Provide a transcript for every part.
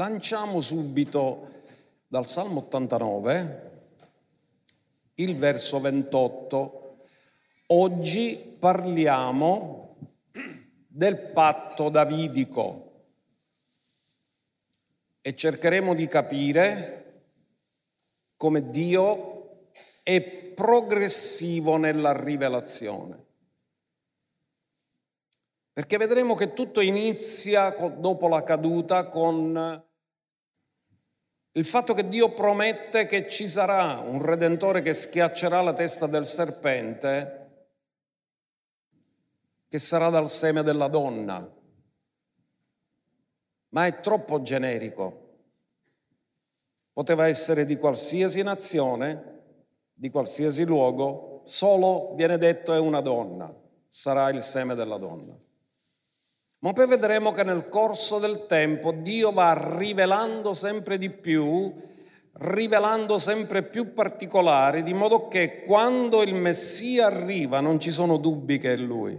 Lanciamo subito dal Salmo 89, il verso 28. Oggi parliamo del patto davidico e cercheremo di capire come Dio è progressivo nella rivelazione. Perché vedremo che tutto inizia dopo la caduta con il fatto che Dio promette che ci sarà un Redentore che schiaccerà la testa del serpente, che sarà dal seme della donna. Ma è troppo generico. Poteva essere di qualsiasi nazione, di qualsiasi luogo, solo viene detto è una donna, sarà il seme della donna. Ma poi vedremo che nel corso del tempo Dio va rivelando sempre di più, rivelando sempre più particolari, di modo che quando il Messia arriva non ci sono dubbi che è Lui.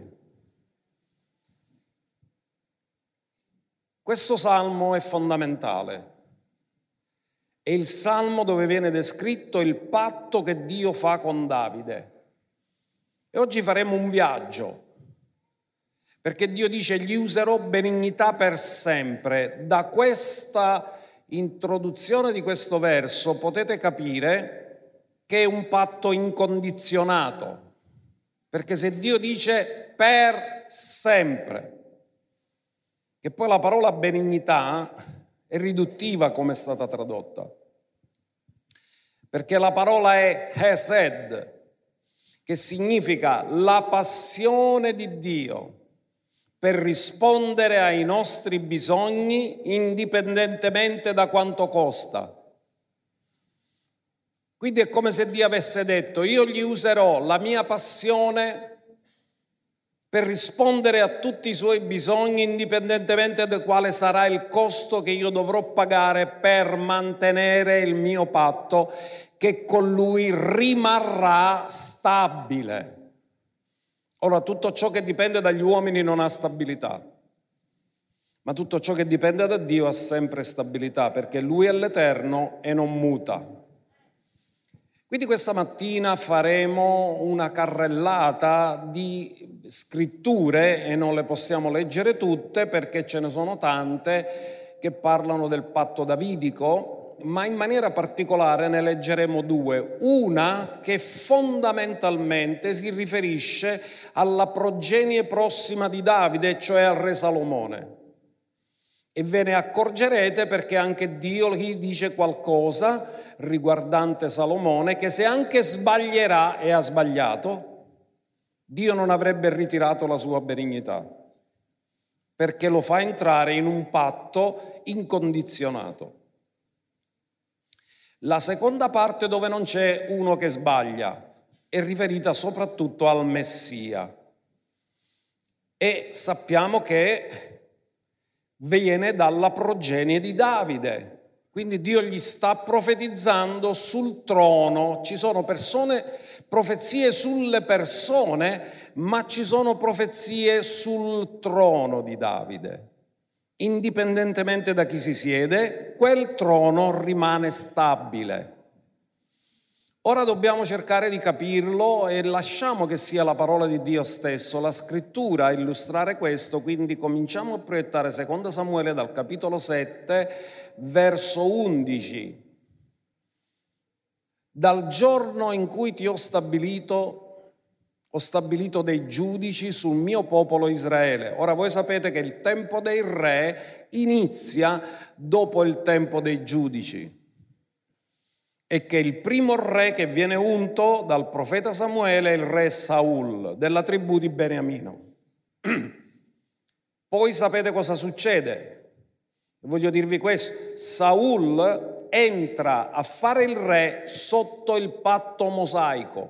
Questo salmo è fondamentale. È il salmo dove viene descritto il patto che Dio fa con Davide. E oggi faremo un viaggio. Perché Dio dice gli userò benignità per sempre. Da questa introduzione di questo verso potete capire che è un patto incondizionato. Perché se Dio dice per sempre, che poi la parola benignità è riduttiva come è stata tradotta. Perché la parola è hesed, che significa la passione di Dio per rispondere ai nostri bisogni indipendentemente da quanto costa. Quindi è come se Dio avesse detto: io gli userò la mia passione per rispondere a tutti i suoi bisogni indipendentemente da quale sarà il costo che io dovrò pagare per mantenere il mio patto, che con lui rimarrà stabile. Ora, tutto ciò che dipende dagli uomini non ha stabilità, ma tutto ciò che dipende da Dio ha sempre stabilità, perché Lui è l'Eterno e non muta. Quindi questa mattina faremo una carrellata di scritture e non le possiamo leggere tutte perché ce ne sono tante che parlano del patto davidico, ma in maniera particolare ne leggeremo due. Una che fondamentalmente si riferisce alla progenie prossima di Davide, cioè al re Salomone. E ve ne accorgerete perché anche Dio gli dice qualcosa riguardante Salomone, che se anche sbaglierà e ha sbagliato, Dio non avrebbe ritirato la sua benignità, perché lo fa entrare in un patto incondizionato. La seconda parte, dove non c'è uno che sbaglia, è riferita soprattutto al Messia. E sappiamo che viene dalla progenie di Davide. Quindi Dio gli sta profetizzando sul trono. Ci sono profezie sulle persone, ma ci sono profezie sul trono di Davide. Indipendentemente da chi si siede, quel trono rimane stabile. Ora dobbiamo cercare di capirlo e lasciamo che sia la parola di Dio stesso, la scrittura, a illustrare questo. Quindi cominciamo a proiettare 2 Samuele dal capitolo 7, verso 11. Dal giorno in cui ti ho stabilito dei giudici sul mio popolo Israele. Ora voi sapete che il tempo dei re inizia dopo il tempo dei giudici. E che il primo re che viene unto dal profeta Samuele è il re Saul, della tribù di Beniamino. Poi sapete cosa succede? Voglio dirvi questo: Saul entra a fare il re sotto il patto mosaico.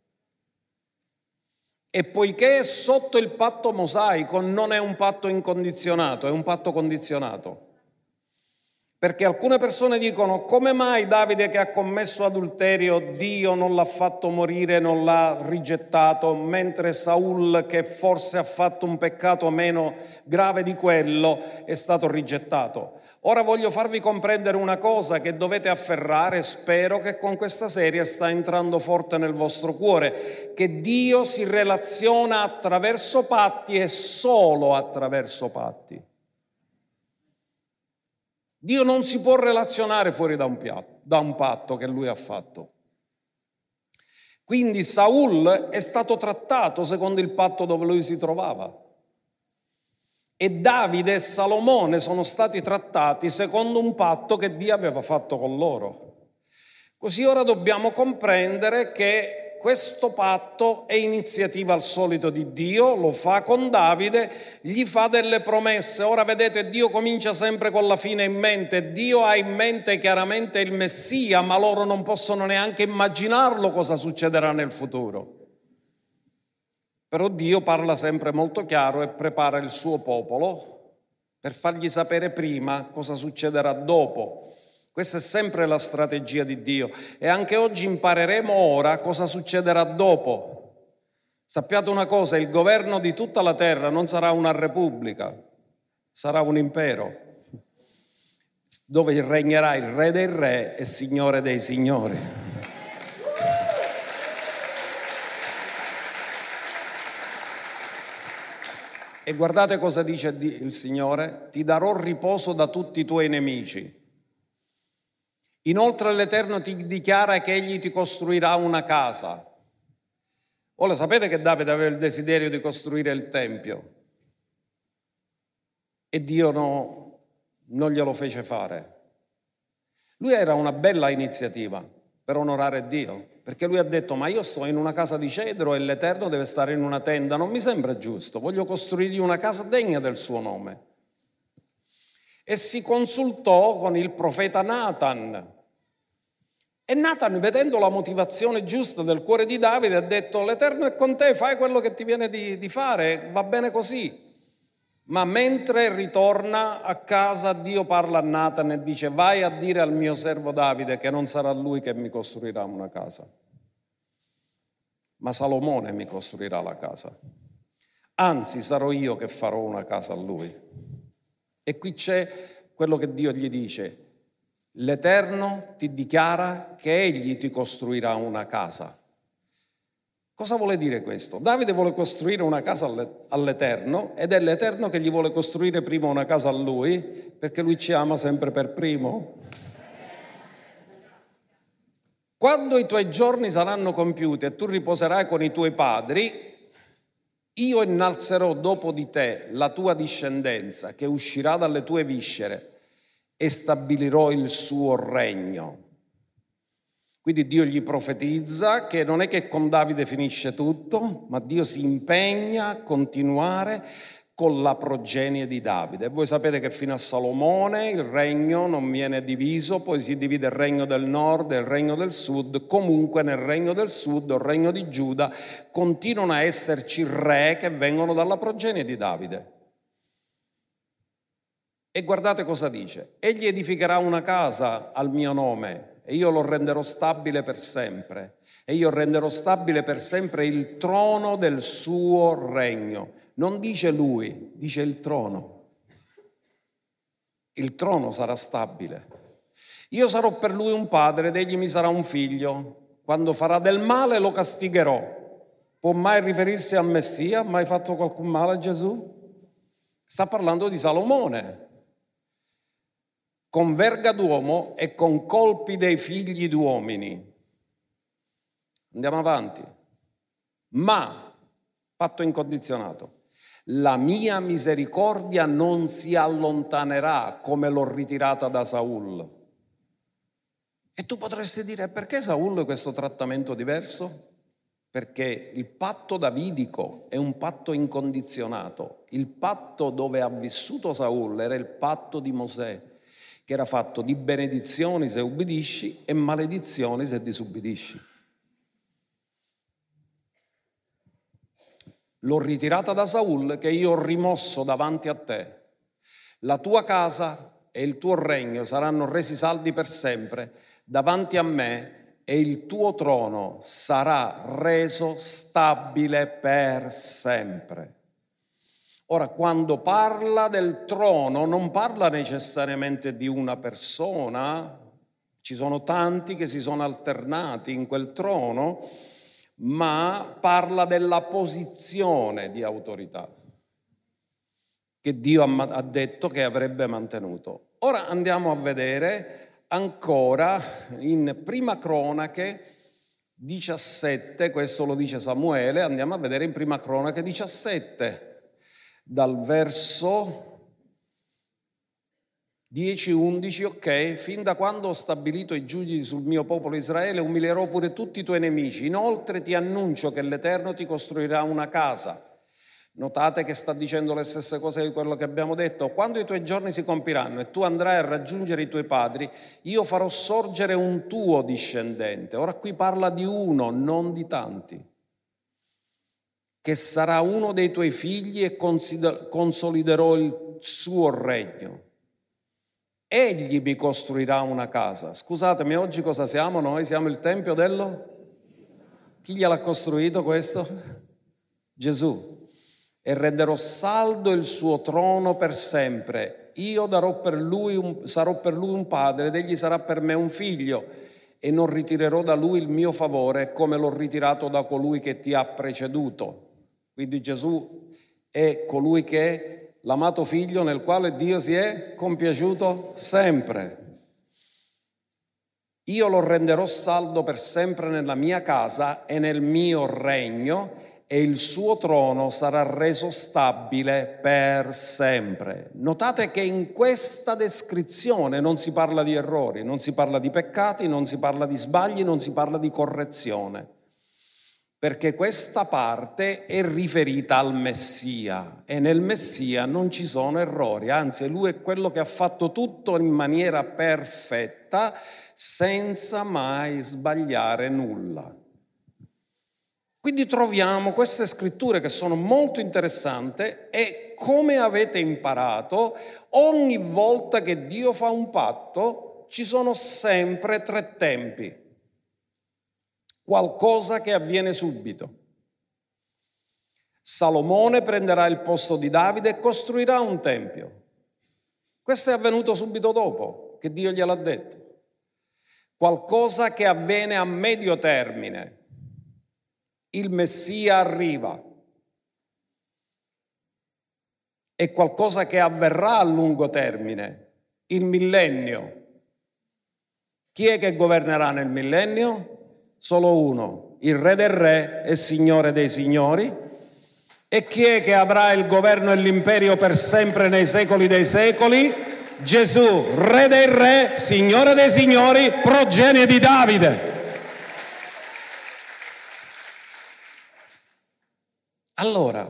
E poiché è sotto il patto mosaico, non è un patto incondizionato, è un patto condizionato. Perché alcune persone dicono: come mai Davide, che ha commesso adulterio, Dio non l'ha fatto morire, non l'ha rigettato, mentre Saul, che forse ha fatto un peccato meno grave di quello, è stato rigettato? Ora voglio farvi comprendere una cosa che dovete afferrare, spero che con questa serie sta entrando forte nel vostro cuore, che Dio si relaziona attraverso patti e solo attraverso patti. Dio non si può relazionare fuori da un patto che lui ha fatto. Quindi Saul è stato trattato secondo il patto dove lui si trovava. E Davide e Salomone sono stati trattati secondo un patto che Dio aveva fatto con loro. Così ora dobbiamo comprendere che questo patto è iniziativa al solito di Dio, lo fa con Davide, gli fa delle promesse. Ora vedete, Dio comincia sempre con la fine in mente. Dio ha in mente chiaramente il Messia, ma loro non possono neanche immaginarlo cosa succederà nel futuro. Però Dio parla sempre molto chiaro e prepara il suo popolo per fargli sapere prima cosa succederà dopo. Questa è sempre la strategia di Dio e anche oggi impareremo ora cosa succederà dopo. Sappiate una cosa, il governo di tutta la terra non sarà una repubblica, sarà un impero, dove regnerà il Re dei Re e Signore dei Signori. E guardate cosa dice il Signore: ti darò riposo da tutti i tuoi nemici. Inoltre l'Eterno ti dichiara che Egli ti costruirà una casa. Ora sapete che Davide aveva il desiderio di costruire il Tempio e Dio non glielo fece fare. Lui era una bella iniziativa per onorare Dio, perché lui ha detto: ma io sto in una casa di cedro e l'Eterno deve stare in una tenda, non mi sembra giusto, voglio costruirgli una casa degna del suo nome. E si consultò con il profeta Natan. E Natan, vedendo la motivazione giusta del cuore di Davide, ha detto: l'Eterno è con te, fai quello che ti viene di fare, va bene così. Ma mentre ritorna a casa, Dio parla a Natan e dice: vai a dire al mio servo Davide che non sarà lui che mi costruirà una casa, ma Salomone mi costruirà la casa. Anzi, sarò io che farò una casa a lui. E qui c'è quello che Dio gli dice: l'Eterno ti dichiara che Egli ti costruirà una casa. Cosa vuole dire questo? Davide vuole costruire una casa all'Eterno ed è l'Eterno che gli vuole costruire prima una casa a lui, perché lui ci ama sempre per primo. Quando i tuoi giorni saranno compiuti e tu riposerai con i tuoi padri, io innalzerò dopo di te la tua discendenza che uscirà dalle tue viscere e stabilirò il suo regno. Quindi Dio gli profetizza che non è che con Davide finisce tutto, ma Dio si impegna a continuare con la progenie di Davide. E voi sapete che fino a Salomone il regno non viene diviso, poi si divide il regno del nord e il regno del sud. Comunque nel regno del sud, il regno di Giuda, continuano a esserci re che vengono dalla progenie di Davide. E guardate cosa dice: egli edificherà una casa al mio nome e io lo renderò stabile per sempre, e io renderò stabile per sempre il trono del suo regno. Non dice lui, dice il trono. Il trono sarà stabile. Io sarò per lui un padre ed egli mi sarà un figlio. Quando farà del male lo castigherò. Può mai riferirsi al Messia? Ha mai fatto qualcun male a Gesù? Sta parlando di Salomone. Con verga d'uomo e con colpi dei figli d'uomini. Andiamo avanti. Ma, patto incondizionato, la mia misericordia non si allontanerà come l'ho ritirata da Saul. E tu potresti dire: perché Saul questo trattamento diverso? Perché il patto davidico è un patto incondizionato. Il patto dove ha vissuto Saul era il patto di Mosè, che era fatto di benedizioni se ubbidisci e maledizioni se disubbidisci. L'ho ritirata da Saul che io ho rimosso davanti a te. La tua casa e il tuo regno saranno resi saldi per sempre davanti a me e il tuo trono sarà reso stabile per sempre. Ora, quando parla del trono, non parla necessariamente di una persona, ci sono tanti che si sono alternati in quel trono, ma parla della posizione di autorità che Dio ha detto che avrebbe mantenuto. Ora andiamo a vedere ancora in Prima Cronache 17, questo lo dice Samuele, andiamo a vedere in Prima Cronache 17, dal verso 10-11, ok? Fin da quando ho stabilito i giudici sul mio popolo Israele, umilierò pure tutti i tuoi nemici. Inoltre ti annuncio che l'Eterno ti costruirà una casa. Notate che sta dicendo le stesse cose di quello che abbiamo detto. Quando i tuoi giorni si compiranno e tu andrai a raggiungere i tuoi padri, io farò sorgere un tuo discendente. Ora qui parla di uno, non di tanti, che sarà uno dei tuoi figli e consoliderò il suo regno. Egli mi costruirà una casa. Scusatemi, oggi cosa siamo noi? Siamo il tempio dello? Chi gliel'ha costruito questo? Gesù. E renderò saldo il suo trono per sempre. Io sarò per lui un padre ed egli sarà per me un figlio, e non ritirerò da lui il mio favore come l'ho ritirato da colui che ti ha preceduto. Quindi Gesù è colui che è l'amato figlio nel quale Dio si è compiaciuto sempre. Io lo renderò saldo per sempre nella mia casa e nel mio regno, e il suo trono sarà reso stabile per sempre. Notate che in questa descrizione non si parla di errori, non si parla di peccati, non si parla di sbagli, non si parla di correzione, perché questa parte è riferita al Messia e nel Messia non ci sono errori, anzi lui è quello che ha fatto tutto in maniera perfetta senza mai sbagliare nulla. Quindi troviamo queste scritture che sono molto interessanti e, come avete imparato, ogni volta che Dio fa un patto ci sono sempre 3 tempi. Qualcosa che avviene subito. Salomone prenderà il posto di Davide e costruirà un tempio. Questo è avvenuto subito dopo che Dio gliel'ha detto. Qualcosa che avviene a medio termine. Il Messia arriva. È qualcosa che avverrà a lungo termine, il millennio. Chi è che governerà nel millennio? Solo uno, il Re del Re e Signore dei Signori. E chi è che avrà il governo e l'imperio per sempre nei secoli dei secoli? Gesù, Re dei Re, Signore dei Signori, progenie di Davide. Allora,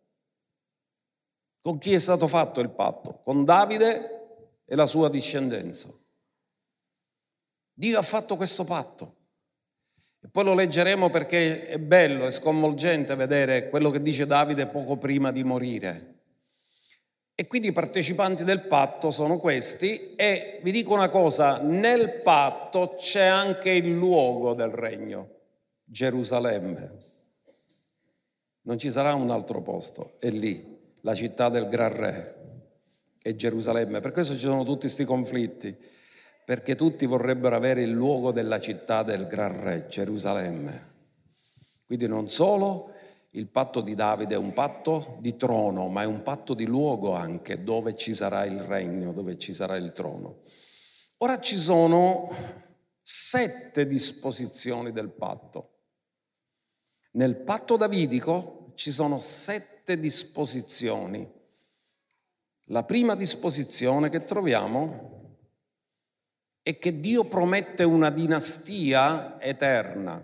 con chi è stato fatto il patto? Con Davide e la sua discendenza. Dio ha fatto questo patto. E poi lo leggeremo perché è bello, è sconvolgente vedere quello che dice Davide poco prima di morire. E quindi i partecipanti del patto sono questi, e vi dico una cosa, nel patto c'è anche il luogo del regno, Gerusalemme. Non ci sarà un altro posto, è lì, la città del Gran Re, è Gerusalemme. Per questo ci sono tutti questi conflitti, perché tutti vorrebbero avere il luogo della città del Gran Re, Gerusalemme. Quindi non solo il patto di Davide è un patto di trono, ma è un patto di luogo anche, dove ci sarà il regno, dove ci sarà il trono. Ora ci sono 7 disposizioni del patto. Nel patto davidico ci sono 7 disposizioni. La prima disposizione che troviamo è che Dio promette una dinastia eterna.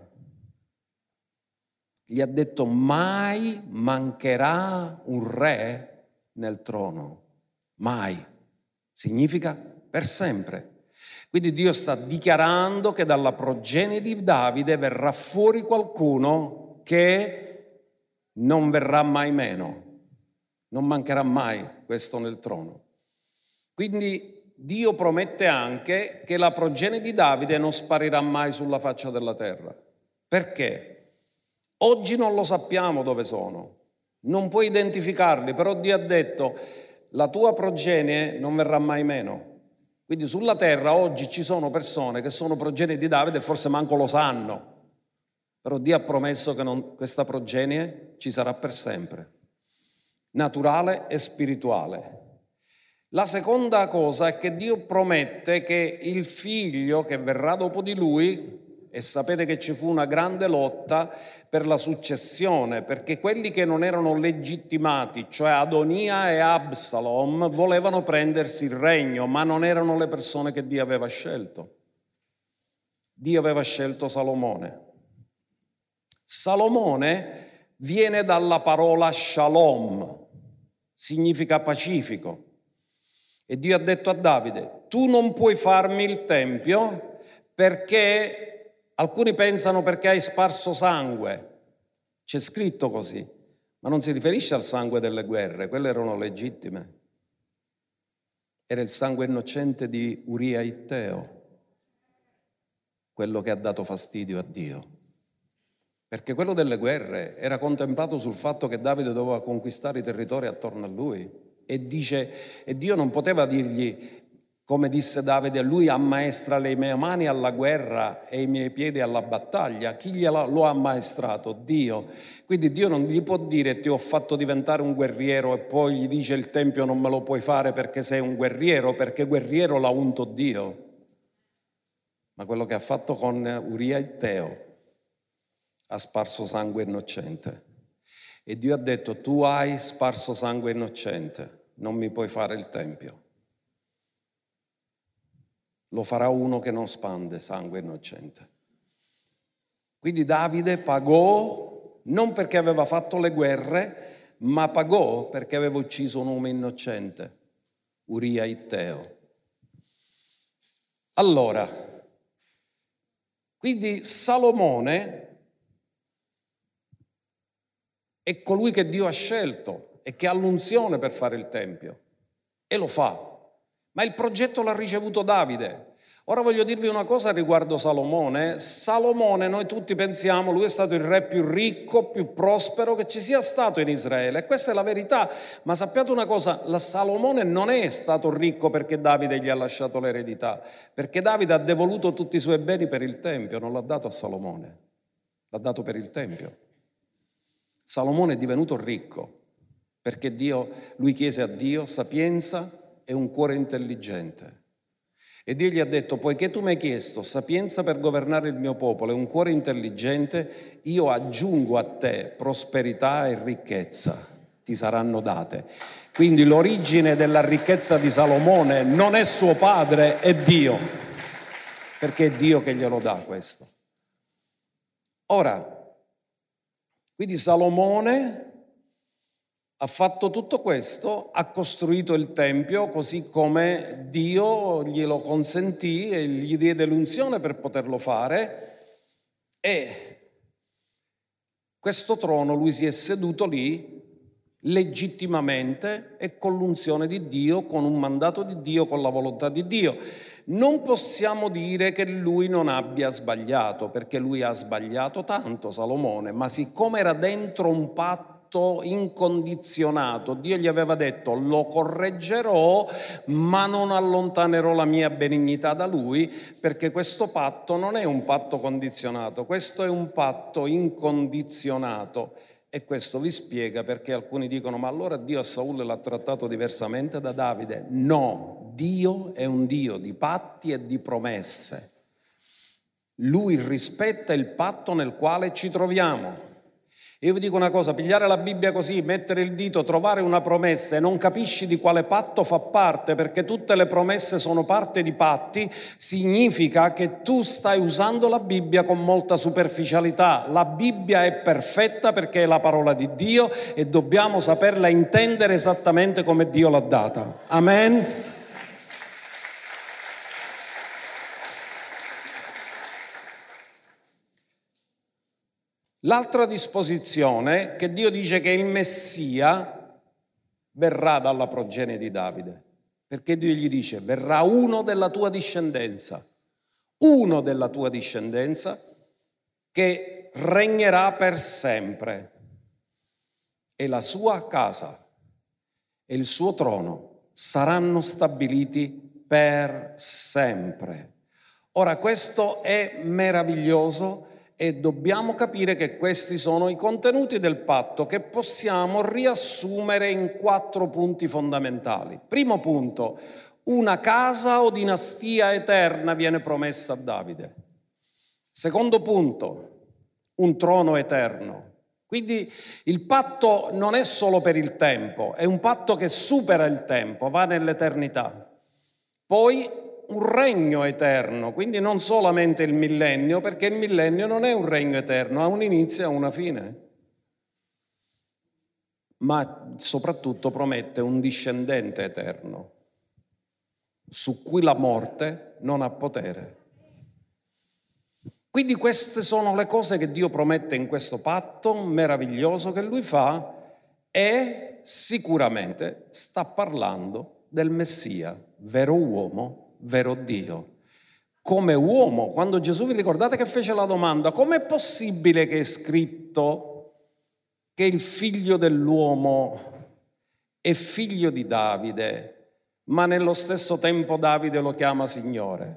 Gli ha detto: mai mancherà un re nel trono. Mai. Significa per sempre. Quindi Dio sta dichiarando che dalla progenie di Davide verrà fuori qualcuno che non verrà mai meno, non mancherà mai questo nel trono. Quindi Dio promette anche che la progenie di Davide non sparirà mai sulla faccia della terra. Perché? Oggi non lo sappiamo dove sono, non puoi identificarli, però Dio ha detto la tua progenie non verrà mai meno. Quindi sulla terra oggi ci sono persone che sono progenie di Davide e forse manco lo sanno, però Dio ha promesso che questa progenie ci sarà per sempre, naturale e spirituale. La seconda cosa è che Dio promette che il figlio che verrà dopo di lui, e sapete che ci fu una grande lotta per la successione, perché quelli che non erano legittimati, cioè Adonia e Absalom, volevano prendersi il regno, ma non erano le persone che Dio aveva scelto. Dio aveva scelto Salomone. Salomone viene dalla parola shalom, significa pacifico. E Dio ha detto a Davide, tu non puoi farmi il tempio perché alcuni pensano perché hai sparso sangue. C'è scritto così, ma non si riferisce al sangue delle guerre, quelle erano legittime. Era il sangue innocente di Uria Itteo, quello che ha dato fastidio a Dio. Perché quello delle guerre era contemplato sul fatto che Davide doveva conquistare i territori attorno a lui. E Dio non poteva dirgli, come disse Davide, a lui ammaestra le mie mani alla guerra e i miei piedi alla battaglia. Chi lo ha ammaestrato? Dio. Quindi Dio non gli può dire ti ho fatto diventare un guerriero e poi gli dice il tempio non me lo puoi fare perché sei un guerriero, perché guerriero l'ha unto Dio. Ma quello che ha fatto con Uria Itteo ha sparso sangue innocente. E Dio ha detto tu hai sparso sangue innocente, non mi puoi fare il tempio. Lo farà uno che non spande sangue innocente. Quindi Davide pagò non perché aveva fatto le guerre, ma pagò perché aveva ucciso un uomo innocente, Uria Itteo. Allora, quindi Salomone è colui che Dio ha scelto e che ha l'unzione per fare il Tempio e lo fa, ma il progetto l'ha ricevuto Davide. Ora voglio dirvi una cosa riguardo Salomone. Salomone, noi tutti pensiamo, lui è stato il re più ricco, più prospero che ci sia stato in Israele, e questa è la verità, ma sappiate una cosa, Salomone non è stato ricco perché Davide gli ha lasciato l'eredità, perché Davide ha devoluto tutti i suoi beni per il Tempio, non l'ha dato a Salomone, l'ha dato per il Tempio. Salomone è divenuto ricco perché lui chiese a Dio sapienza e un cuore intelligente. E Dio gli ha detto, poiché tu mi hai chiesto sapienza per governare il mio popolo e un cuore intelligente, io aggiungo a te prosperità e ricchezza, ti saranno date. Quindi l'origine della ricchezza di Salomone non è suo padre, è Dio, perché è Dio che glielo dà questo. Ora, quindi Salomone ha fatto tutto questo, ha costruito il Tempio così come Dio glielo consentì e gli diede l'unzione per poterlo fare, e questo trono lui si è seduto lì legittimamente e con l'unzione di Dio, con un mandato di Dio, con la volontà di Dio. Non possiamo dire che lui non abbia sbagliato, perché lui ha sbagliato tanto, Salomone, ma siccome era dentro un patto incondizionato, Dio gli aveva detto lo correggerò, ma non allontanerò la mia benignità da lui, perché questo patto non è un patto condizionato, questo è un patto incondizionato. E questo vi spiega perché alcuni dicono ma allora Dio a Saul l'ha trattato diversamente da Davide. No, Dio è un Dio di patti e di promesse. Lui rispetta il patto nel quale ci troviamo. Io vi dico una cosa, pigliare la Bibbia così, mettere il dito, trovare una promessa e non capisci di quale patto fa parte, perché tutte le promesse sono parte di patti, significa che tu stai usando la Bibbia con molta superficialità. La Bibbia è perfetta perché è la parola di Dio e dobbiamo saperla intendere esattamente come Dio l'ha data. Amen? L'altra disposizione, che Dio dice che il Messia verrà dalla progenie di Davide, Perché Dio gli dice: verrà uno della tua discendenza che regnerà per sempre, e la sua casa e il suo trono saranno stabiliti per sempre. Ora, questo è meraviglioso e dobbiamo capire che questi sono i contenuti del patto che possiamo riassumere in 4 punti fondamentali. Primo punto: una casa o dinastia eterna viene promessa a Davide. Secondo punto: un trono eterno. Quindi il patto non è solo per il tempo, è un patto che supera il tempo, va nell'eternità. Poi un regno eterno, quindi non solamente il millennio, perché il millennio non è un regno eterno, ha un inizio e una fine. Ma soprattutto promette un discendente eterno, su cui la morte non ha potere. Quindi queste sono le cose che Dio promette in questo patto meraviglioso che Lui fa, e sicuramente sta parlando del Messia, vero uomo, vero Dio. Come uomo, quando Gesù, vi ricordate che fece la domanda: com'è possibile che è scritto che il figlio dell'uomo è figlio di Davide, ma nello stesso tempo Davide lo chiama Signore?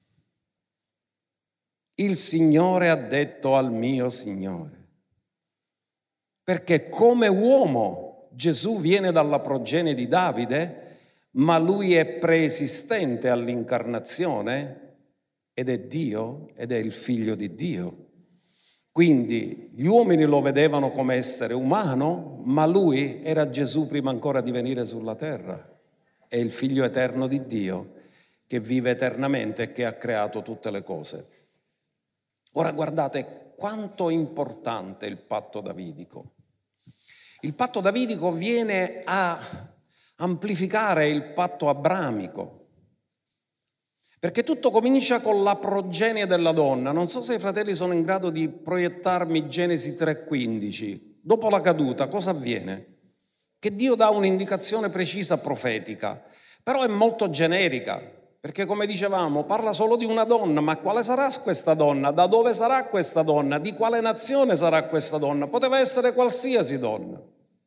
Il Signore ha detto al mio Signore. Perché come uomo Gesù viene dalla progenie di Davide, ma lui è preesistente all'incarnazione ed è Dio ed è il figlio di Dio. Quindi gli uomini lo vedevano come essere umano, ma lui era Gesù prima ancora di venire sulla terra. È il figlio eterno di Dio che vive eternamente e che ha creato tutte le cose. Ora guardate quanto è importante il patto davidico. Il patto davidico viene a amplificare il patto abramico, perché tutto comincia con la progenie della donna. Non so se i fratelli sono in grado di proiettarmi Genesi 3,15. Dopo la caduta cosa avviene? Che Dio dà un'indicazione precisa profetica, però è molto generica. Perché, come dicevamo, parla solo di una donna, ma quale sarà questa donna? Da dove sarà questa donna? Di quale nazione sarà questa donna? Poteva essere qualsiasi donna.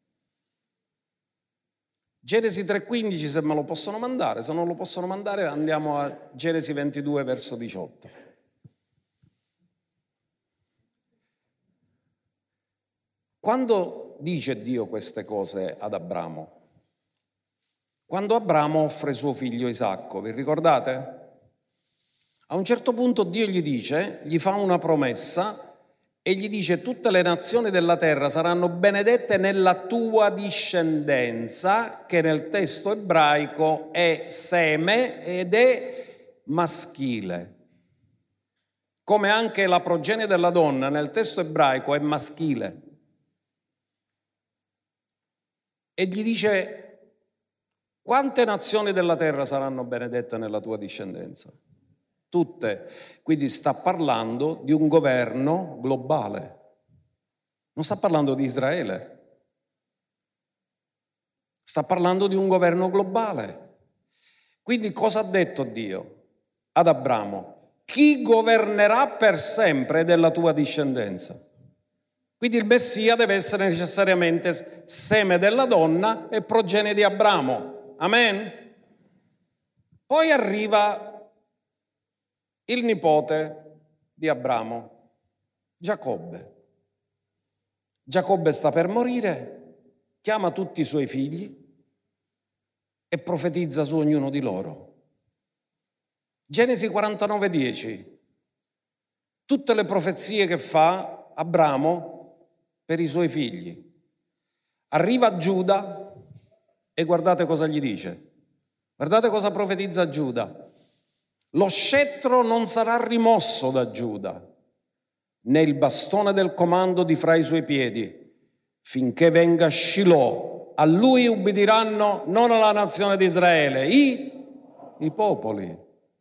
Genesi 3,15 se me lo possono mandare, se non lo possono mandare andiamo a Genesi 22 verso 18. Quando dice Dio queste cose ad Abramo? Quando Abramo offre suo figlio Isacco, vi ricordate? A un certo punto Dio gli fa una promessa e gli dice: tutte le nazioni della terra saranno benedette nella tua discendenza, che nel testo ebraico è seme ed è maschile. Come anche la progenie della donna nel testo ebraico è maschile. E gli dice: quante nazioni della terra saranno benedette nella tua discendenza? Tutte. Quindi sta parlando di un governo globale. Non sta parlando di Israele. Sta parlando di un governo globale. Quindi cosa ha detto Dio ad Abramo? Chi governerà per sempre della tua discendenza? Quindi il Messia deve essere necessariamente seme della donna e progenie di Abramo. Amen? Poi arriva il nipote di Abramo, Giacobbe. Giacobbe sta per morire, chiama tutti i suoi figli e profetizza su ognuno di loro. Genesi 49,10. Tutte le profezie che fa Abramo per i suoi figli. Arriva Giuda e guardate cosa gli dice. Guardate cosa profetizza Giuda. Lo scettro non sarà rimosso da Giuda, né il bastone del comando di fra i suoi piedi, finché venga Shilò. A lui ubbidiranno non alla nazione di Israele, i popoli.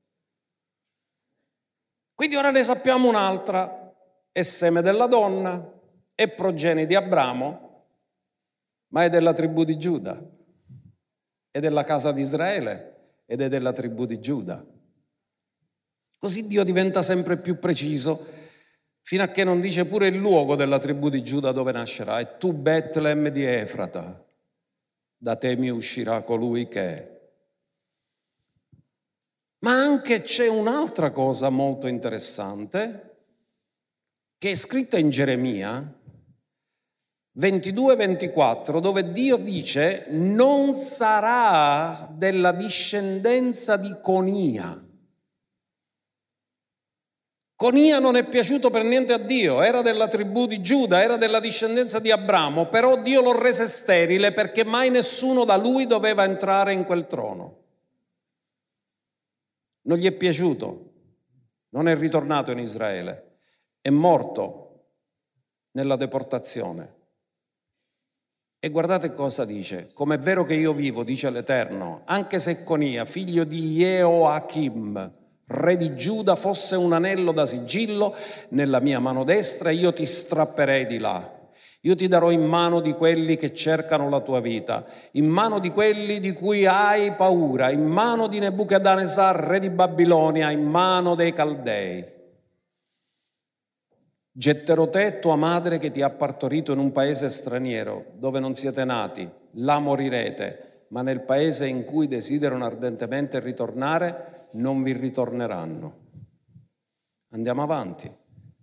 Quindi ora ne sappiamo un'altra: è seme della donna, è progenie di Abramo, ma è della tribù di Giuda. è della casa di Israele ed è della tribù di Giuda. Così Dio diventa sempre più preciso, fino a che non dice pure il luogo della tribù di Giuda dove nascerà. E tu, Betlem di Efrata, da te mi uscirà colui che è. Ma anche c'è un'altra cosa molto interessante che è scritta in Geremia 22-24, dove Dio dice: non sarà della discendenza di Conia. Conia non è piaciuto per niente a Dio, era della tribù di Giuda, era della discendenza di Abramo, però Dio lo rese sterile perché mai nessuno da lui doveva entrare in quel trono. Non gli è piaciuto, non è ritornato in Israele, è morto nella deportazione. E guardate cosa dice: come è vero che io vivo, dice l'Eterno, anche se Conia, figlio di Jeoachim, re di Giuda, fosse un anello da sigillo nella mia mano destra, io ti strapperei di là. Io ti darò in mano di quelli che cercano la tua vita, in mano di quelli di cui hai paura, in mano di Nebuchadnezzar, re di Babilonia, in mano dei Caldei. Getterò te e tua madre che ti ha partorito in un paese straniero, dove non siete nati, là morirete, ma nel paese in cui desiderano ardentemente ritornare, non vi ritorneranno. Andiamo avanti.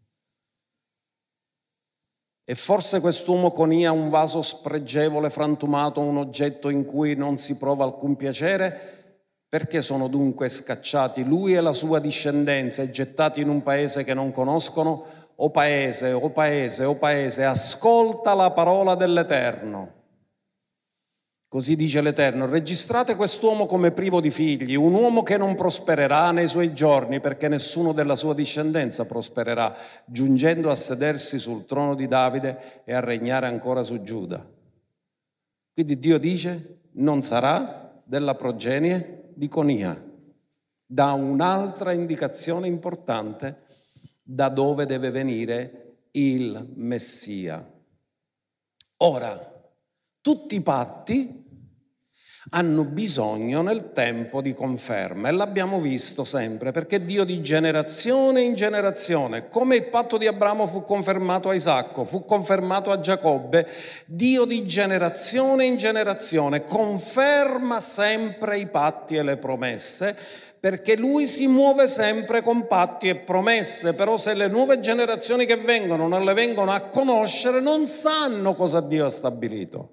E forse quest'uomo Conia un vaso spregevole, frantumato, un oggetto in cui non si prova alcun piacere? Perché sono dunque scacciati lui e la sua discendenza e gettati in un paese che non conoscono? O paese, o paese, o paese, ascolta la parola dell'Eterno. Così dice l'Eterno: registrate quest'uomo come privo di figli, un uomo che non prospererà nei suoi giorni, perché nessuno della sua discendenza prospererà, giungendo a sedersi sul trono di Davide e a regnare ancora su Giuda. Quindi Dio dice: non sarà della progenie di Conia. Dà un'altra indicazione importante da dove deve venire il Messia. Ora, tutti i patti hanno bisogno nel tempo di conferma e l'abbiamo visto sempre, perché Dio di generazione in generazione, come il patto di Abramo fu confermato a Isacco, fu confermato a Giacobbe, Dio di generazione in generazione conferma sempre i patti e le promesse, perché Lui si muove sempre con patti e promesse. Però se le nuove generazioni che vengono non le vengono a conoscere, non sanno cosa Dio ha stabilito.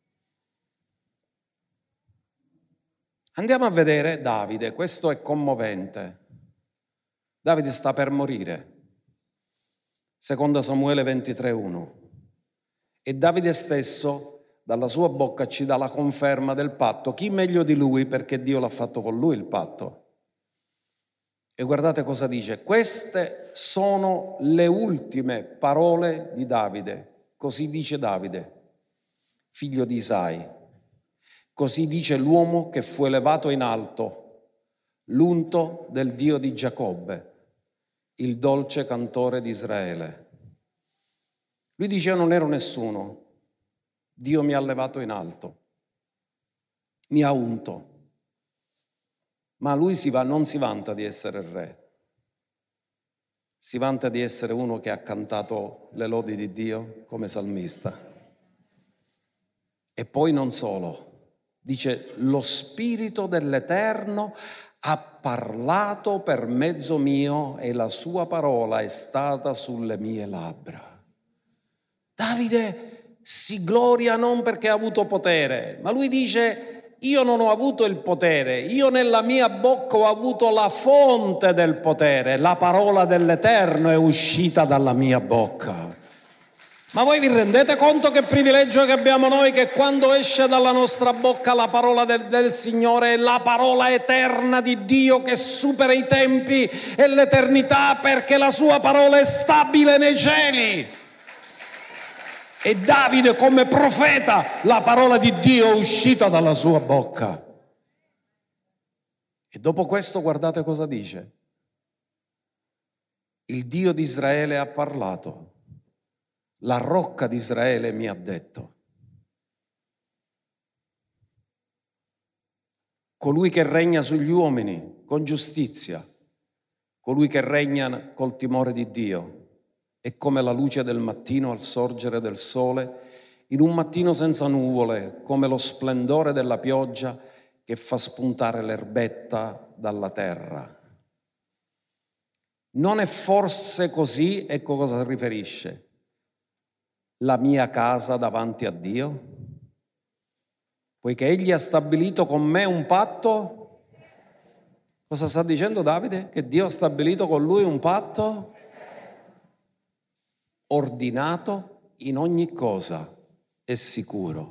Andiamo a vedere Davide, questo è commovente. Davide sta per morire. Seconda Samuele 23:1. E Davide stesso, dalla sua bocca, ci dà la conferma del patto. Chi meglio di lui, perché Dio l'ha fatto con lui il patto. E guardate cosa dice: queste sono le ultime parole di Davide. Così dice Davide, figlio di Isai. Così dice l'uomo che fu elevato in alto, l'unto del Dio di Giacobbe, il dolce cantore di Israele. Lui dice: io non ero nessuno, Dio mi ha levato in alto, mi ha unto. Ma lui non si vanta di essere il re, si vanta di essere uno che ha cantato le lodi di Dio come salmista. E poi non solo, dice: lo Spirito dell'Eterno ha parlato per mezzo mio e la sua parola è stata sulle mie labbra. Davide si gloria non perché ha avuto potere, ma lui dice: io non ho avuto il potere, io nella mia bocca ho avuto la fonte del potere, la parola dell'Eterno è uscita dalla mia bocca. Ma voi vi rendete conto che privilegio che abbiamo noi, che quando esce dalla nostra bocca la parola del Signore è la parola eterna di Dio che supera i tempi e l'eternità, perché la sua parola è stabile nei cieli. E Davide come profeta, la parola di Dio è uscita dalla sua bocca. E dopo questo guardate cosa dice: il Dio di Israele ha parlato, la rocca di Israele mi ha detto. colui che regna sugli uomini con giustizia, colui che regna col timore di Dio, è come la luce del mattino al sorgere del sole, in un mattino senza nuvole, come lo splendore della pioggia che fa spuntare l'erbetta dalla terra. Non è forse così, ecco cosa si riferisce, la mia casa davanti a Dio? Poiché Egli ha stabilito con me un patto. Cosa sta dicendo Davide? Che Dio ha stabilito con lui un patto ordinato in ogni cosa e sicuro.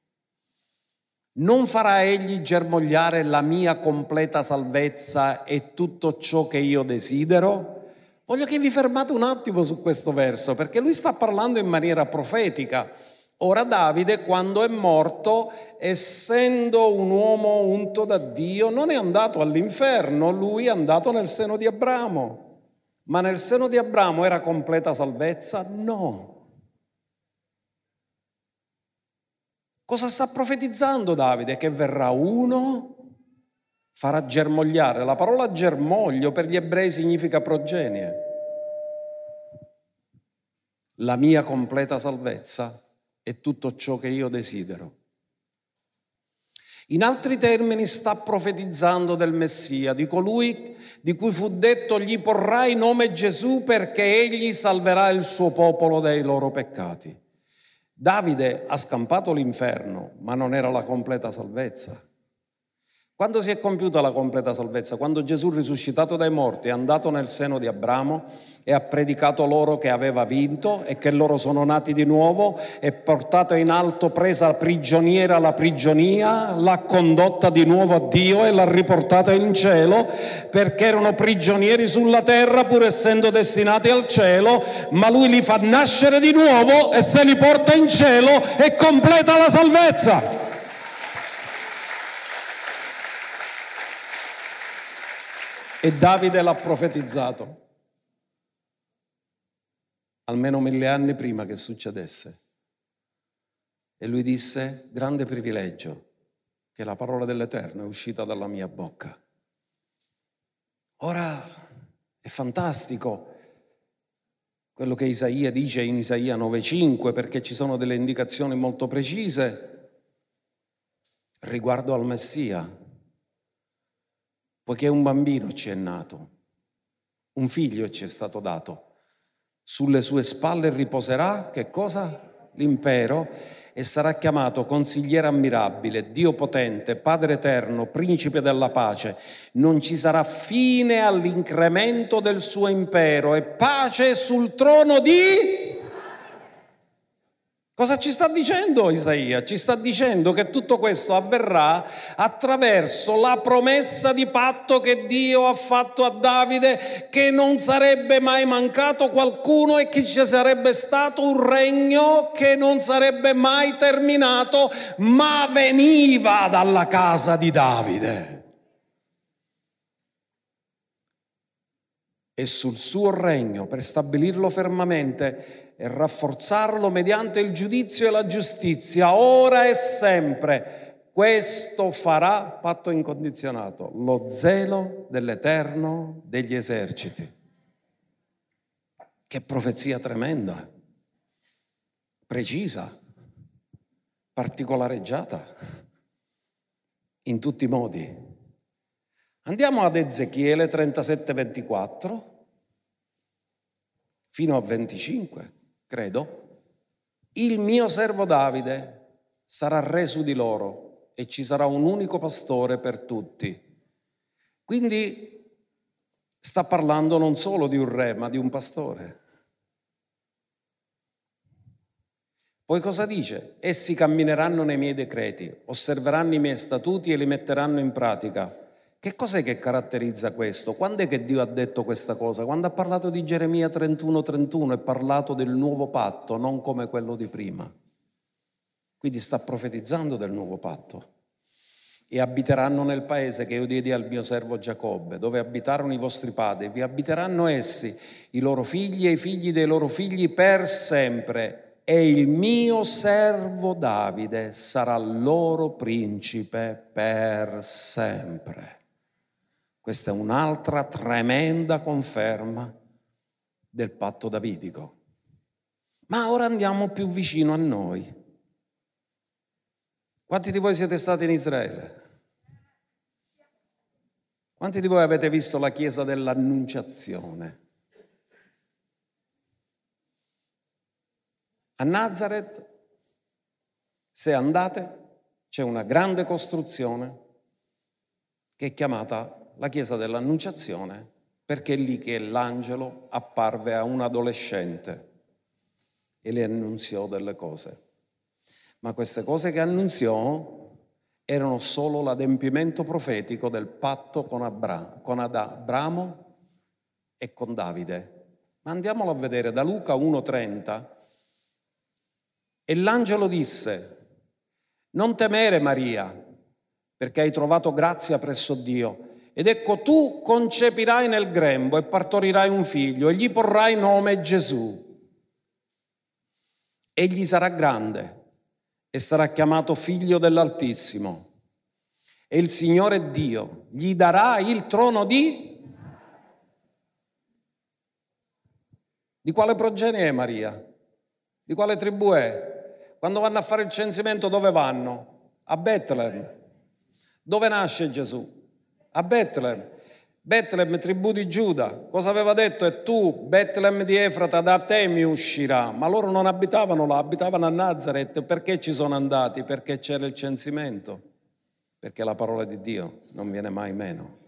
Non farà Egli germogliare la mia completa salvezza e tutto ciò che io desidero? Voglio che vi fermate un attimo su questo verso, perché lui sta parlando in maniera profetica. Ora Davide, quando è morto, essendo un uomo unto da Dio, non è andato all'inferno, lui è andato nel seno di Abramo. Ma nel seno di Abramo era completa salvezza? No. Cosa sta profetizzando Davide? Che verrà uno, farà germogliare. La parola germoglio per gli ebrei significa progenie. La mia completa salvezza è tutto ciò che io desidero. In altri termini sta profetizzando del Messia, di colui di cui fu detto gli porrai nome Gesù perché egli salverà il suo popolo dai loro peccati. Davide ha scampato l'inferno, ma non era la completa salvezza. Quando si è compiuta la completa salvezza? Quando Gesù, risuscitato dai morti, è andato nel seno di Abramo e ha predicato loro che aveva vinto e che loro sono nati di nuovo, è portato in alto, presa prigioniera la prigionia, l'ha condotta di nuovo a Dio e l'ha riportata in cielo, perché erano prigionieri sulla terra pur essendo destinati al cielo, ma lui li fa nascere di nuovo e se li porta in cielo e completa la salvezza. E Davide l'ha profetizzato almeno 1000 anni prima che succedesse. E lui disse: grande privilegio che la parola dell'Eterno è uscita dalla mia bocca. Ora è fantastico quello che Isaia dice in Isaia 9,5, perché ci sono delle indicazioni molto precise riguardo al Messia. Poiché un bambino ci è nato, un figlio ci è stato dato, sulle sue spalle riposerà, che cosa? L'impero, e sarà chiamato Consigliere ammirabile, Dio potente, Padre eterno, Principe della pace. Non ci sarà fine all'incremento del suo impero e pace sul trono di... Cosa ci sta dicendo Isaia? Ci sta dicendo che tutto questo avverrà attraverso la promessa di patto che Dio ha fatto a Davide, che non sarebbe mai mancato qualcuno e che ci sarebbe stato un regno che non sarebbe mai terminato, ma veniva dalla casa di Davide. E sul suo regno, per stabilirlo fermamente e rafforzarlo mediante il giudizio e la giustizia, ora e sempre, questo farà, patto incondizionato, lo zelo dell'Eterno degli eserciti. Che profezia tremenda, precisa, particolareggiata, in tutti i modi. Andiamo ad Ezechiele 37-24, fino a 25. Credo, il mio servo Davide sarà re su di loro e ci sarà un unico pastore per tutti. Quindi sta parlando non solo di un re, ma di un pastore. Poi cosa dice? Essi cammineranno nei miei decreti, osserveranno i miei statuti e li metteranno in pratica. Che cos'è che caratterizza questo? Quando è che Dio ha detto questa cosa? Quando ha parlato di Geremia 31:31 è parlato del nuovo patto, non come quello di prima. Quindi sta profetizzando del nuovo patto. E abiteranno nel paese che io diedi al mio servo Giacobbe, dove abitarono i vostri padri. Vi abiteranno essi, i loro figli e i figli dei loro figli per sempre. e il mio servo Davide sarà loro principe per sempre. Questa è un'altra tremenda conferma del patto davidico. Ma ora andiamo più vicino a noi. Quanti di voi siete stati in Israele? Quanti di voi avete visto la chiesa dell'Annunciazione? A Nazareth, se andate, c'è una grande costruzione che è chiamata la chiesa dell'Annunciazione, perché è lì che l'angelo apparve a un adolescente e le annunziò delle cose. Ma queste cose che annunziò erano solo l'adempimento profetico del patto con Abramo e con Davide. Ma andiamolo a vedere da Luca 1,30. E l'angelo disse: non temere, Maria, perché hai trovato grazia presso Dio. Ed ecco, tu concepirai nel grembo e partorirai un figlio e gli porrai nome Gesù. Egli sarà grande e sarà chiamato figlio dell'Altissimo. E il Signore Dio gli darà il trono di quale progenie è Maria? Di quale tribù è? Quando vanno a fare il censimento dove vanno? A Betlem. Dove nasce Gesù? A Betlem. Betlem, tribù di Giuda. Cosa aveva detto? E tu, Betlem di Efrata, da te mi uscirà. Ma loro non abitavano là, abitavano a Nazareth. Perché ci sono andati? Perché c'era il censimento. Perché la parola di Dio non viene mai meno.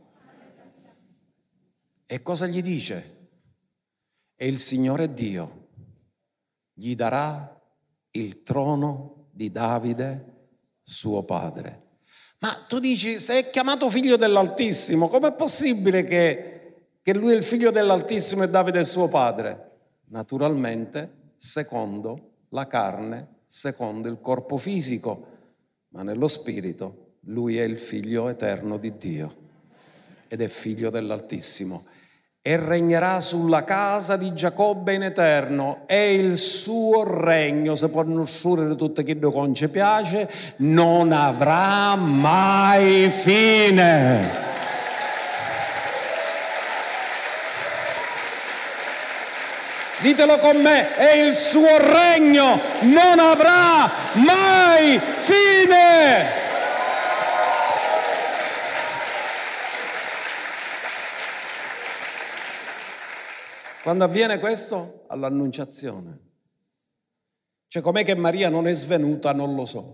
E cosa gli dice? E il Signore Dio gli darà il trono di Davide, suo padre. Ma tu dici, se è chiamato figlio dell'Altissimo, com'è possibile che lui è il figlio dell'Altissimo e Davide è suo padre? Naturalmente, secondo la carne, secondo il corpo fisico, ma nello spirito lui è il figlio eterno di Dio ed è figlio dell'Altissimo. E regnerà sulla casa di Giacobbe in eterno, e il suo regno, se può conoscere tutto quello che ci piace, non avrà mai fine. Ditelo con me, e il suo regno non avrà mai fine. Quando avviene questo? All'Annunciazione. Cioè, com'è che Maria non è svenuta? Non lo so.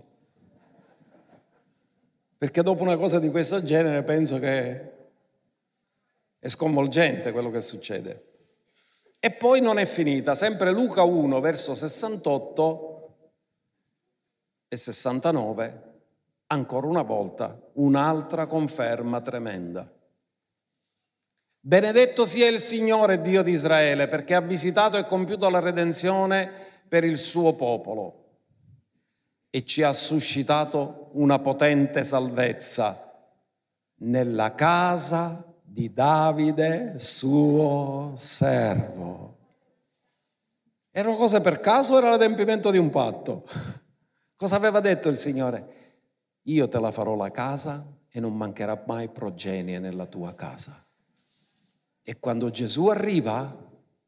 Perché dopo una cosa di questo genere penso che è sconvolgente quello che succede. E poi non è finita. Sempre Luca 1, verso 68 e 69, ancora una volta, un'altra conferma tremenda. Benedetto sia il Signore Dio di Israele, perché ha visitato e compiuto la redenzione per il suo popolo e ci ha suscitato una potente salvezza nella casa di Davide, suo servo. Erano cose per caso o era l'adempimento di un patto? Cosa aveva detto il Signore? Io te la farò la casa e non mancherà mai progenie nella tua casa. E quando Gesù arriva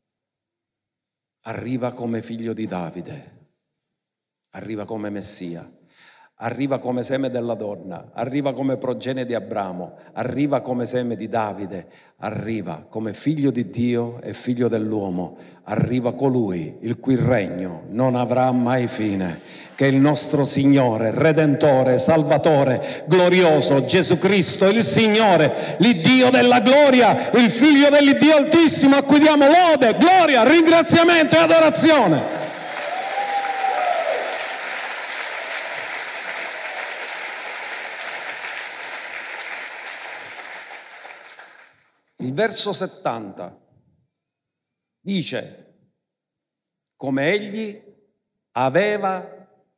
come figlio di Davide, arriva come Messia, arriva come seme della donna, arriva come progenie di Abramo, arriva come seme di Davide, arriva come figlio di Dio e figlio dell'uomo, arriva colui il cui regno non avrà mai fine, che è il nostro Signore, Redentore, Salvatore, glorioso, Gesù Cristo, il Signore, l'Iddio della gloria, il Figlio dell'Iddio Altissimo, a cui diamo lode, gloria, ringraziamento e adorazione. Il verso 70 dice: come egli aveva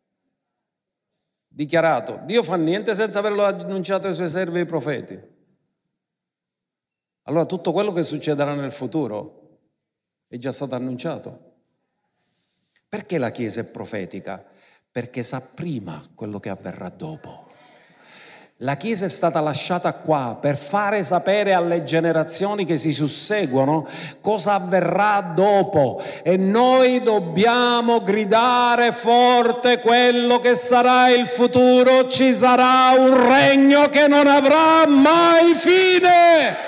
dichiarato. Dio fa niente senza averlo annunciato ai suoi servi e ai profeti. Allora tutto quello che succederà nel futuro è già stato annunciato. Perché la Chiesa è profetica? Perché sa prima quello che avverrà dopo. La Chiesa è stata lasciata qua per fare sapere alle generazioni che si susseguono cosa avverrà dopo, e noi dobbiamo gridare forte quello che sarà il futuro. Ci sarà un regno che non avrà mai fine.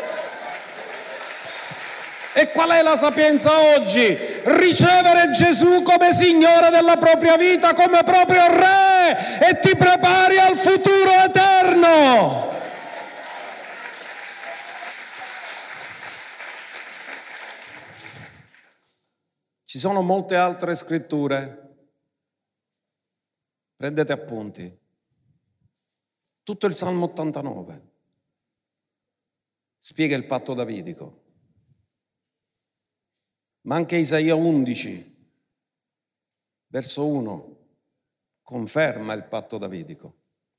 E qual è la sapienza oggi? Ricevere Gesù come Signore della propria vita, come proprio Re, e ti prepari al futuro eterno. Ci sono molte altre scritture. Prendete appunti. Tutto il Salmo 89 spiega il patto davidico. Ma anche Isaia 11, verso 1, conferma il patto davidico.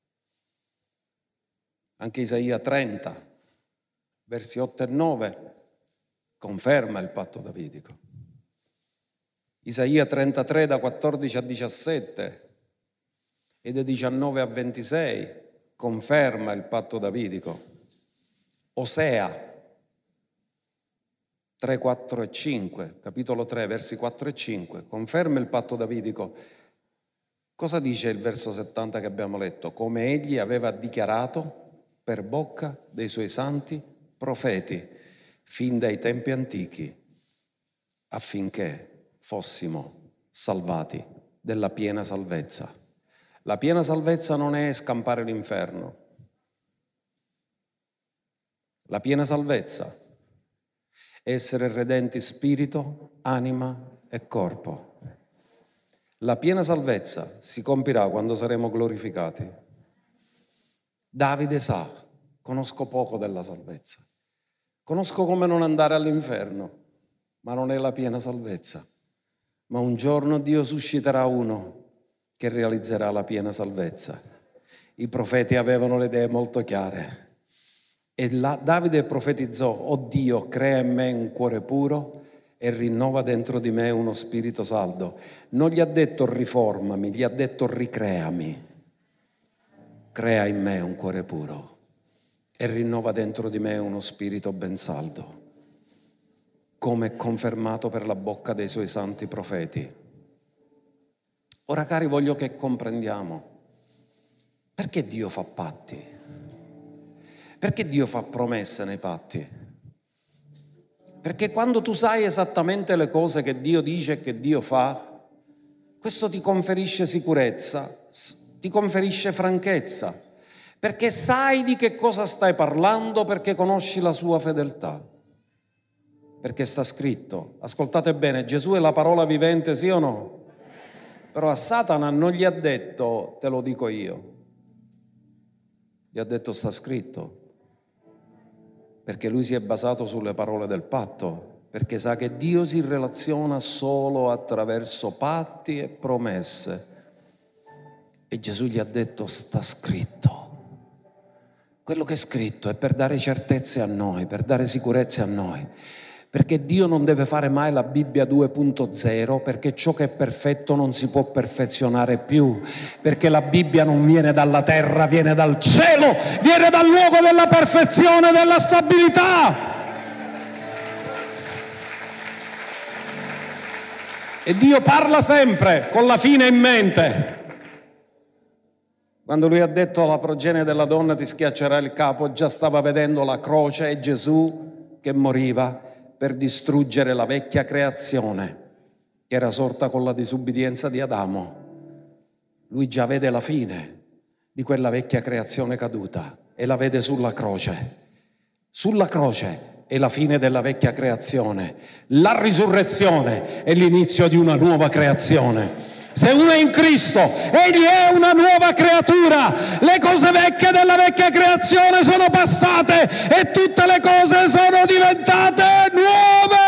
Anche Isaia 30, versi 8 e 9, conferma il patto davidico. Isaia 33, da 14 a 17 e da 19 a 26, conferma il patto davidico. Osea 3, 4 e 5, capitolo 3, versi 4 e 5, conferma il patto davidico. Cosa dice il verso 70 che abbiamo letto? Come egli aveva dichiarato per bocca dei suoi santi profeti, fin dai tempi antichi, affinché fossimo salvati della piena salvezza. La piena salvezza non è scampare l'inferno. La piena salvezza essere redenti spirito, anima e corpo. La piena salvezza si compirà quando saremo glorificati. Davide sa, conosco poco della salvezza. Conosco come non andare all'inferno, ma non è la piena salvezza. Ma un giorno Dio susciterà uno che realizzerà la piena salvezza. I profeti avevano le idee molto chiare. E Davide profetizzò: «Oh Dio, crea in me un cuore puro e rinnova dentro di me uno spirito saldo». Non gli ha detto riformami, gli ha detto ricreami. Crea in me un cuore puro e rinnova dentro di me uno spirito ben saldo, come è confermato per la bocca dei suoi santi profeti. Ora, cari, voglio che comprendiamo perché Dio fa patti. Perché Dio fa promesse nei patti? Perché quando tu sai esattamente le cose che Dio dice e che Dio fa, questo ti conferisce sicurezza, ti conferisce franchezza, perché sai di che cosa stai parlando, perché conosci la sua fedeltà. Perché sta scritto, ascoltate bene, Gesù è la parola vivente, sì o no? Però a Satana non gli ha detto te lo dico io, gli ha detto sta scritto. Perché lui si è basato sulle parole del patto, perché sa che Dio si relaziona solo attraverso patti e promesse. E Gesù gli ha detto sta scritto. Quello che è scritto è per dare certezze a noi, per dare sicurezze a noi. Perché Dio non deve fare mai la Bibbia 2.0, perché ciò che è perfetto non si può perfezionare più, perché la Bibbia non viene dalla terra, viene dal cielo, viene dal luogo della perfezione, della stabilità. E Dio parla sempre con la fine in mente. Quando lui ha detto alla progenie della donna ti schiaccerà il capo, già stava vedendo la croce e Gesù che moriva per distruggere la vecchia creazione che era sorta con la disubbidienza di Adamo. Lui già vede la fine di quella vecchia creazione caduta e la vede sulla croce. Sulla croce è la fine della vecchia creazione. La risurrezione è l'inizio di una nuova creazione. Se uno è in Cristo, egli è una nuova creatura. Le cose vecchie della vecchia creazione sono passate e tutte le cose sono diventate nuove.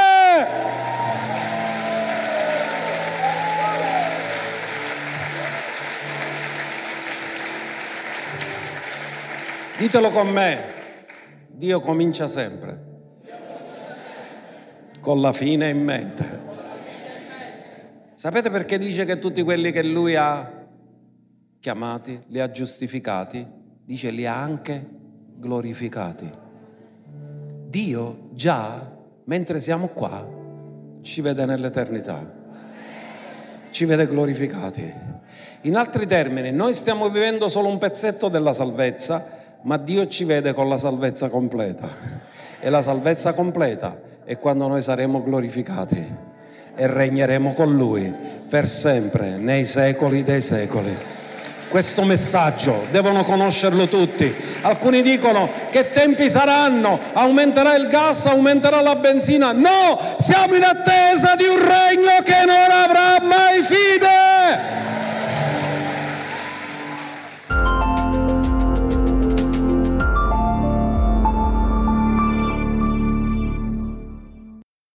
Ditelo con me. Dio comincia sempre con la fine in mente. Sapete perché dice che tutti quelli che Lui ha chiamati, li ha giustificati, dice li ha anche glorificati. Dio già, mentre siamo qua, ci vede nell'eternità, ci vede glorificati. In altri termini, noi stiamo vivendo solo un pezzetto della salvezza, ma Dio ci vede con la salvezza completa. E la salvezza completa è quando noi saremo glorificati e regneremo con Lui per sempre, nei secoli dei secoli. Questo messaggio devono conoscerlo tutti. Alcuni dicono: che tempi saranno? Aumenterà il gas, aumenterà la benzina? No, siamo in attesa di un regno che non avrà mai fine.